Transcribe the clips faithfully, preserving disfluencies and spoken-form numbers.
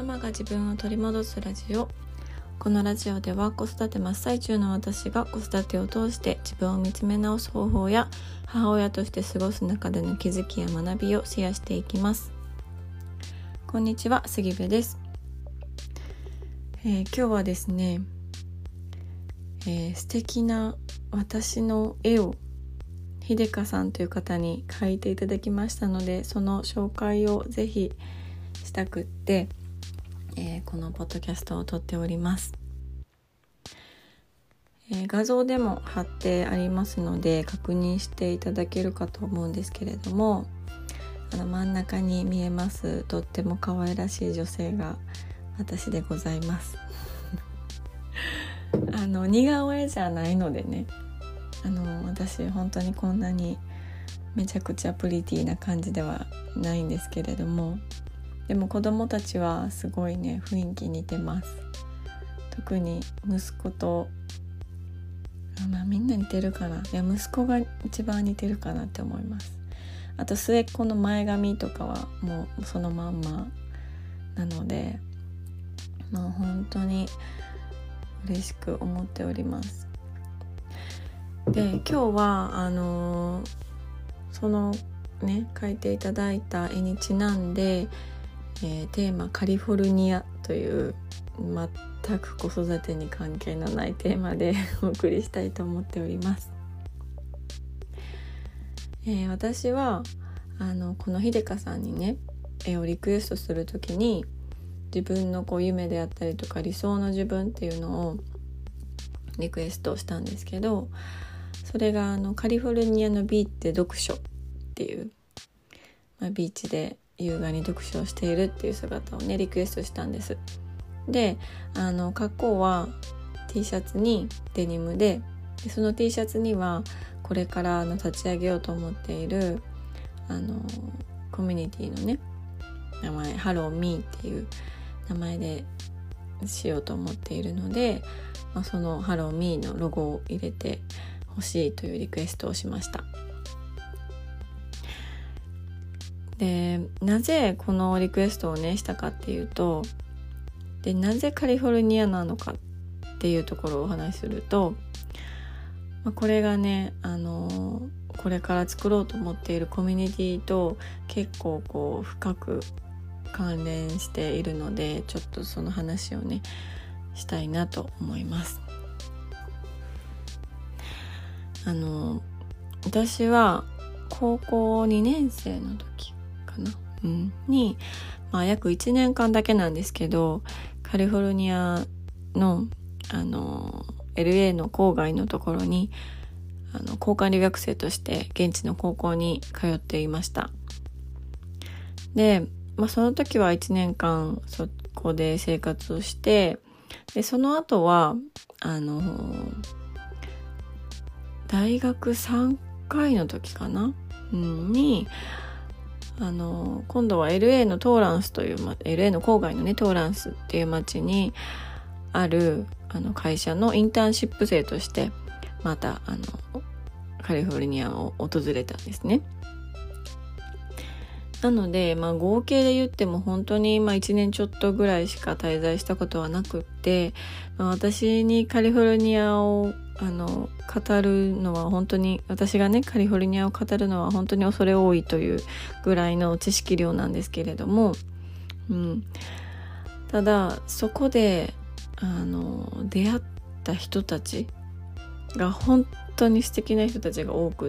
ママが自分を取り戻すラジオ。このラジオでは子育て真っ最中の私が子育てを通して自分を見つめ直す方法や母親として過ごす中での気づきや学びをシェアしていきます。こんにちは、杉部です。えー、今日はですね、えー、素敵な私の絵を秀香さんという方に描いていただきましたので、その紹介をぜひしたくって、えー、このポッドキャストを撮っております。えー、画像でも貼ってありますので確認していただけるかと思うんですけれども、あの真ん中に見えますとっても可愛らしい女性が私でございますあの似顔絵じゃないのでね、あの私本当にこんなにめちゃくちゃプリティな感じではないんですけれども、でも子供たちはすごいね雰囲気似てます。特に息子と、まあみんな似てるかな、いや息子が一番似てるかなって思います。あと末っ子の前髪とかはもうそのまんまなので、もう本当に嬉しく思っております。で今日はあのー、そのね描いていただいた絵にちなんで、えー、テーマカリフォルニアという全く子育てに関係のないテーマでお送りしたいと思っております。えー、私はあのこの秀香さんにね絵をリクエストするときに、自分のこう夢であったりとか理想の自分っていうのをリクエストしたんですけど、それがあのカリフォルニアのビーチで読書っていう、まあ、ビーチで優雅に読書をしているっていう姿をねリクエストしたんです。で、あの格好は T シャツにデニムで、でその T シャツにはこれからあの立ち上げようと思っているあのコミュニティのね名前、ハローミーっていう名前でしようと思っているので、まあ、そのハローミーのロゴを入れてほしいというリクエストをしました。で、なぜこのリクエストをねしたかっていうと、でなぜカリフォルニアなのかっていうところをお話しすると、まあ、これがねあのー、これから作ろうと思っているコミュニティと結構こう深く関連しているので、ちょっとその話をねしたいなと思います。あの私は高校にねん生の時かな、うん、に、まあ、約いちねんかんだけなんですけど、カリフォルニアのあの エルエー の郊外のところにあの交換留学生として現地の高校に通っていました。で、まあ、その時はいちねんかんそこで生活をして、でその後はあの大学さんかいの時かな、うん、にあの今度は エルエー のトーランスという、ま、エルエー の郊外のねトーランスっていう町にあるあの会社のインターンシップ生としてまたあのカリフォルニアを訪れたんですね。なので、まあ、合計で言っても本当にまあいちねんちょっとぐらいしか滞在したことはなくって、まあ、私にカリフォルニアをあの語るのは本当に私がねカリフォルニアを語るのは本当に恐れ多いというぐらいの知識量なんですけれども、うん、ただそこであの出会った人たちが本当に素敵な人たちが多くって、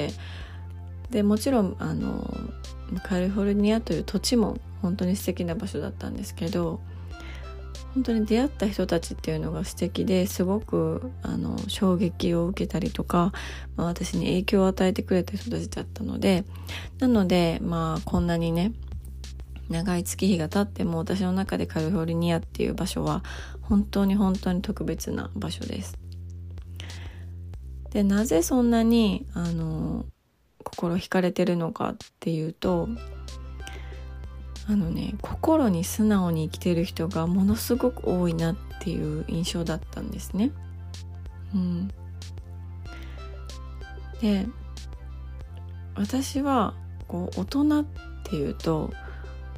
でもちろんあのカリフォルニアという土地も本当に素敵な場所だったんですけど、本当に出会った人たちっていうのが素敵ですごくあの衝撃を受けたりとか、まあ、私に影響を与えてくれた人たちだったので、なのでまあこんなにね長い月日が経っても私の中でカリフォルニアっていう場所は本当に本当に特別な場所です。でなぜそんなにあの心惹かれてるのかっていうと、あのね心に素直に生きてる人がものすごく多いなっていう印象だったんですね。うん、で私はこう大人っていうと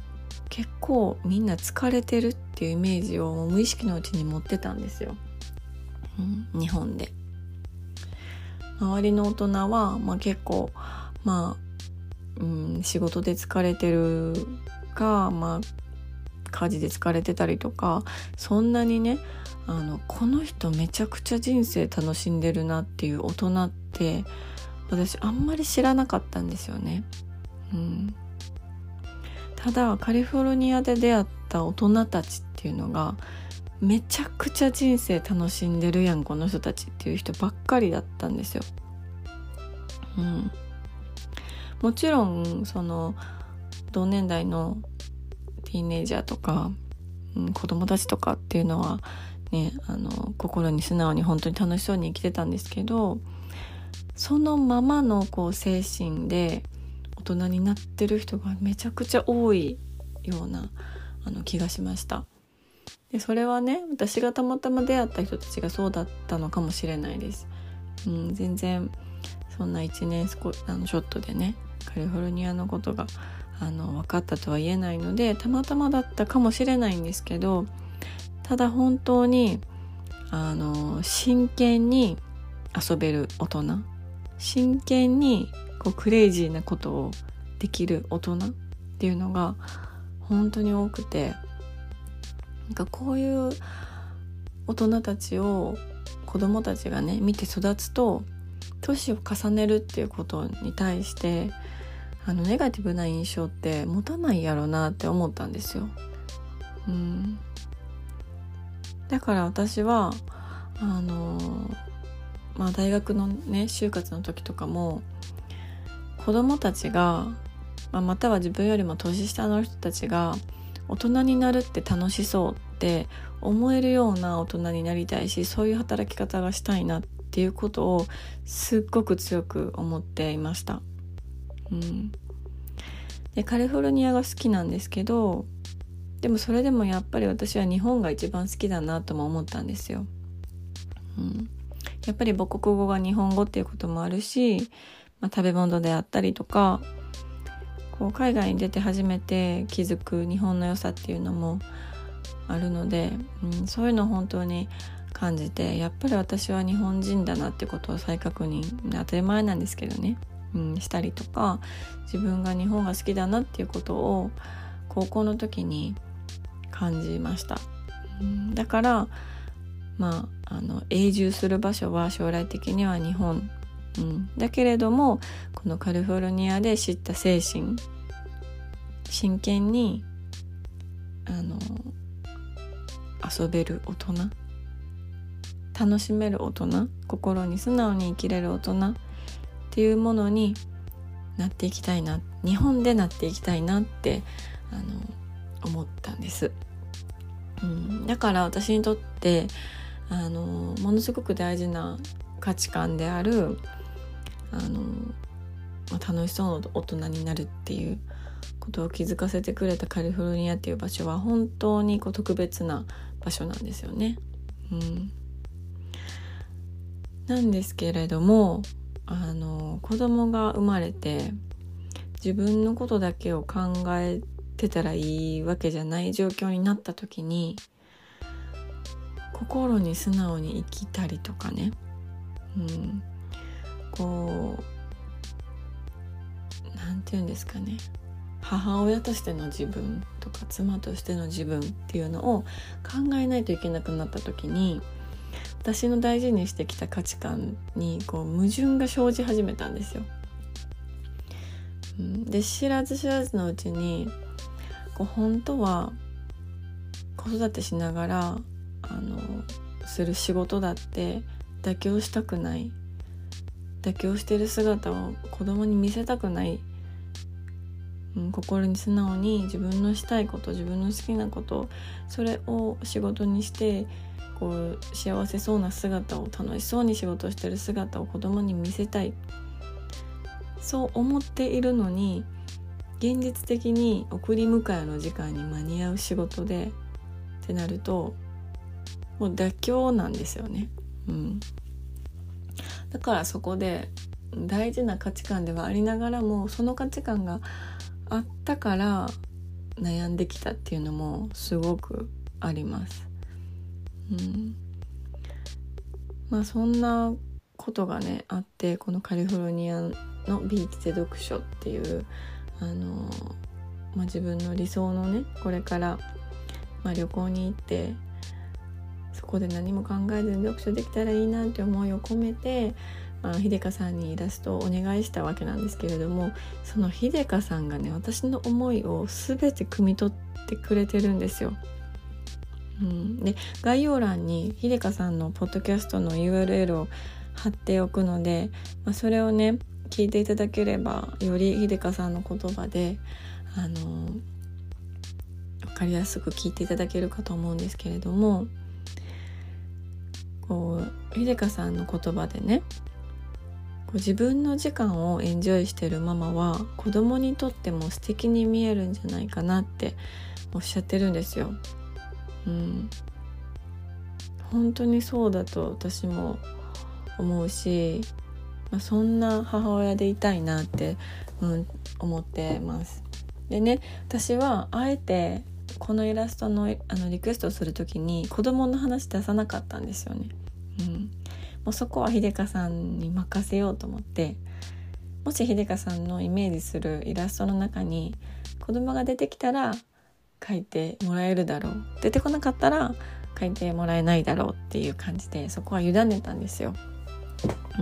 結構みんな疲れてるっていうイメージをもう無意識のうちに持ってたんですよ、うん、日本で。周りの大人は、まあ、結構、まあうん、仕事で疲れてるか、まあ、家事で疲れてたりとか、そんなにねあのこの人めちゃくちゃ人生楽しんでるなっていう大人って私あんまり知らなかったんですよね、うん、ただカリフォルニアで出会った大人たちっていうのがめちゃくちゃ人生楽しんでるやんこの人たちっていう人ばっかりだったんですよ、うん、もちろんその同年代のティーンエイジャーとか、うん、子供たちとかっていうのはね、あの心に素直に本当に楽しそうに生きてたんですけど、そのままのこう精神で大人になってる人がめちゃくちゃ多いようなあの気がしました。でそれはね私がたまたま出会った人たちがそうだったのかもしれないです、うん、全然そんないちねんスコあのちょっとでねカリフォルニアのことがあの分かったとは言えないのでたまたまだったかもしれないんですけど、ただ本当にあの真剣に遊べる大人、真剣にこうクレイジーなことをできる大人っていうのが本当に多くて、なんかこういう大人たちを子供たちがね見て育つと年を重ねるっていうことに対してあのネガティブな印象って持たないやろなって思ったんですよ、うん、だから私はあのまあ大学のね就活の時とかも子供たちが、まあ、または自分よりも年下の人たちが大人になるって楽しそうって思えるような大人になりたいし、そういう働き方がしたいなっていうことをすっごく強く思っていました、うん、でカリフォルニアが好きなんですけど、でもそれでもやっぱり私は日本が一番好きだなとも思ったんですよ、うん、やっぱり母国語が日本語っていうこともあるし、まあ、食べ物であったりとかこう海外に出て初めて気づく日本の良さっていうのもあるので、うん、そういうのを本当に感じて、やっぱり私は日本人だなってことを再確認、当たり前なんですけどね、うん、したりとか、自分が日本が好きだなっていうことを高校の時に感じました、うん、だからまあ、あの永住する場所は将来的には日本、うん、だけれどもこのカリフォルニアで知った精神、真剣にあの遊べる大人、楽しめる大人、心に素直に生きれる大人っていうものになっていきたいな、日本でなっていきたいなってあの思ったんです、うん、だから私にとってあのものすごく大事な価値観であるあの、まあ、楽しそうな大人になるっていうことを気づかせてくれたカリフォルニアっていう場所は本当にこう特別な場所なんですよね、うん、なんですけれどもあの子供が生まれて自分のことだけを考えてたらいいわけじゃない状況になった時に心に素直に生きたりとかね、うん、こうなんていうんですかね、母親としての自分とか妻としての自分っていうのを考えないといけなくなった時に私の大事にしてきた価値観にこう矛盾が生じ始めたんですよ、うん、で知らず知らずのうちにこう本当は子育てしながらあのする仕事だって妥協したくない、妥協している姿を子供に見せたくない、うん、心に素直に自分のしたいこと、自分の好きなこと、それを仕事にしてこう幸せそうな姿を、楽しそうに仕事をしている姿を子供に見せたい、そう思っているのに現実的に送り迎えの時間に間に合う仕事でってなるともう妥協なんですよね、うん、だからそこで大事な価値観ではありながらもその価値観があったから悩んできたっていうのもすごくあります。うん、まあそんなことがねあって、このカリフォルニアのビーチで読書っていうあの、まあ、自分の理想のねこれから、まあ、旅行に行ってそこで何も考えずに読書できたらいいなって思いを込めて、まあ、秀香さんにイラストをお願いしたわけなんですけれども、その秀香さんがね私の思いを全て汲み取ってくれてるんですよ。うん、で概要欄に秀香さんのポッドキャストの ユーアールエル を貼っておくので、まあ、それをね聞いていただければより秀香さんの言葉であの分かりやすく聞いていただけるかと思うんですけれども、こう秀香さんの言葉でね、こう自分の時間をエンジョイしてるママは子供にとっても素敵に見えるんじゃないかなっておっしゃってるんですよ。うん、本当にそうだと私も思うし、まあ、そんな母親でいたいなって、うん、思ってます。でね、私はあえてこのイラストの、あのリクエストをするときに子供の話出さなかったんですよね。うん、もうそこは秀香さんに任せようと思って、もし秀香さんのイメージするイラストの中に子供が出てきたら描いてもらえるだろう、出てこなかったら描いてもらえないだろうっていう感じでそこは委ねたんですよ。うん、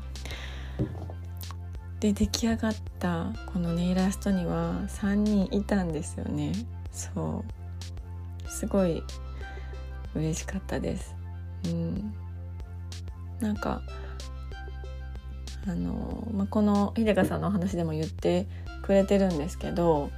で出来上がったこのねイラストにはさんにんいたんですよね。そうすごい嬉しかったです。うん、なんかあの、まあ、この秀香さんのお話でも言ってくれてるんですけど、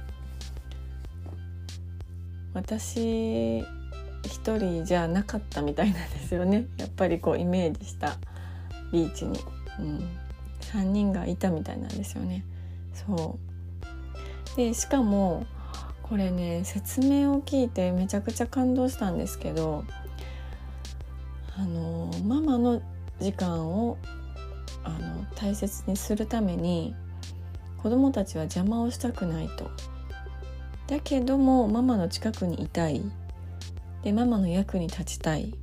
私一人じゃなかったみたいなんですよね。やっぱりこうイメージしたビーチに、うん、さんにんがいたみたいなんですよね。そうでしかもこれね説明を聞いてめちゃくちゃ感動したんですけど、あのママの時間をあの大切にするために子供たちは邪魔をしたくないと。だけどもママの近くにいたい。でママの役に立ちたい。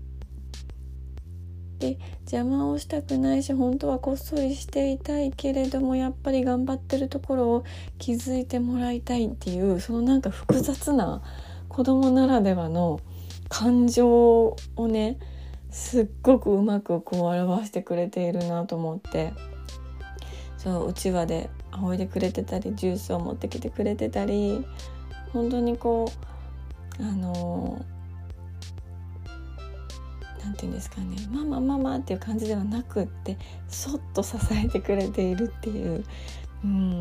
で邪魔をしたくないし本当はこっそりしていたいけれどもやっぱり頑張ってるところを気づいてもらいたいっていう、そのなんか複雑な子供ならではの感情をねすっごくうまくこう表してくれているなと思って、そううちわで仰いでくれてたりジュースを持ってきてくれてたり、本当にこうあのなんていうんですかね、ママママっていう感じではなくってそっと支えてくれているっていう、うん、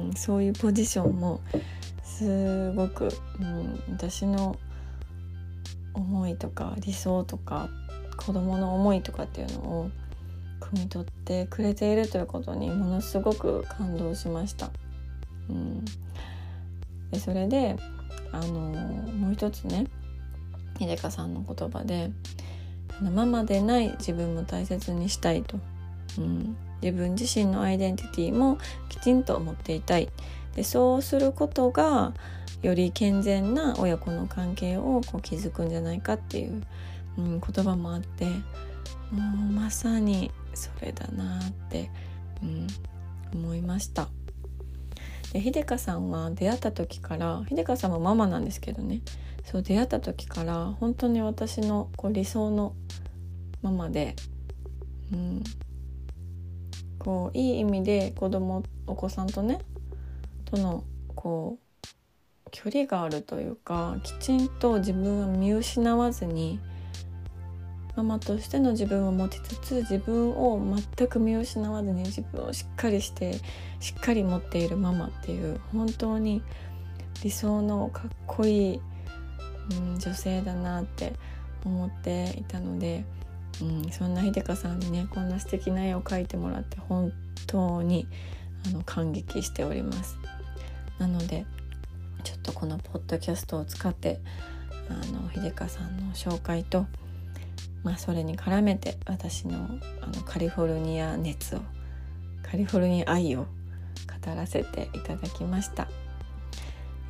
そういうポジションもすごく、うん、私の思いとか理想とか子供の思いとかっていうのを汲み取ってくれているということにものすごく感動しました。うん、でそれであのもう一つね秀香さんの言葉でママでない自分も大切にしたいと、うん、自分自身のアイデンティティもきちんと持っていたい。でそうすることがより健全な親子の関係をこう築くんじゃないかっていう、うん、言葉もあって、もうまさにそれだなって、うん、思いました。で秀香さんは出会った時から、秀香さんもママなんですけどね、そう出会った時から本当に私のこう理想のママで、うん、こういい意味で子供お子さんとねとのこう距離があるというか、きちんと自分は見失わずにママとしての自分を持ちつつ、自分を全く見失わずに自分をしっかりしてしっかり持っているママっていう本当に理想のかっこいい、うん、女性だなって思っていたので、うん、そんな秀香さんにねこんな素敵な絵を描いてもらって本当にあの感激しております。なのでちょっとこのポッドキャストを使ってあの秀香さんの紹介と、まあ、それに絡めて私の、あのカリフォルニア熱をカリフォルニア愛を語らせていただきました。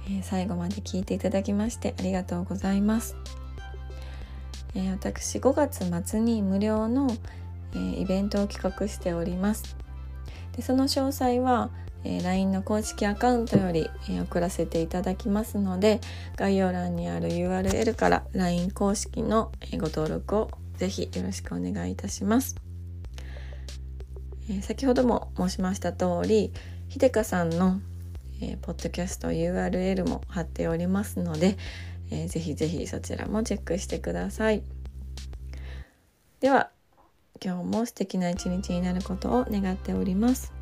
えー、最後まで聞いていただきましてありがとうございます。えー、私ごがつ末に無料の、えー、イベントを企画しております。でその詳細は、えー、ライン の公式アカウントより、えー、送らせていただきますので、概要欄にある ユーアールエル から ライン 公式の、えー、ご登録をぜひよろしくお願いいたします。えー、先ほども申しました通り、ひでかさんの、えー、ポッドキャスト ユーアールエル も貼っておりますので、えー、ぜひぜひそちらもチェックしてください。では今日も素敵な一日になることを願っております。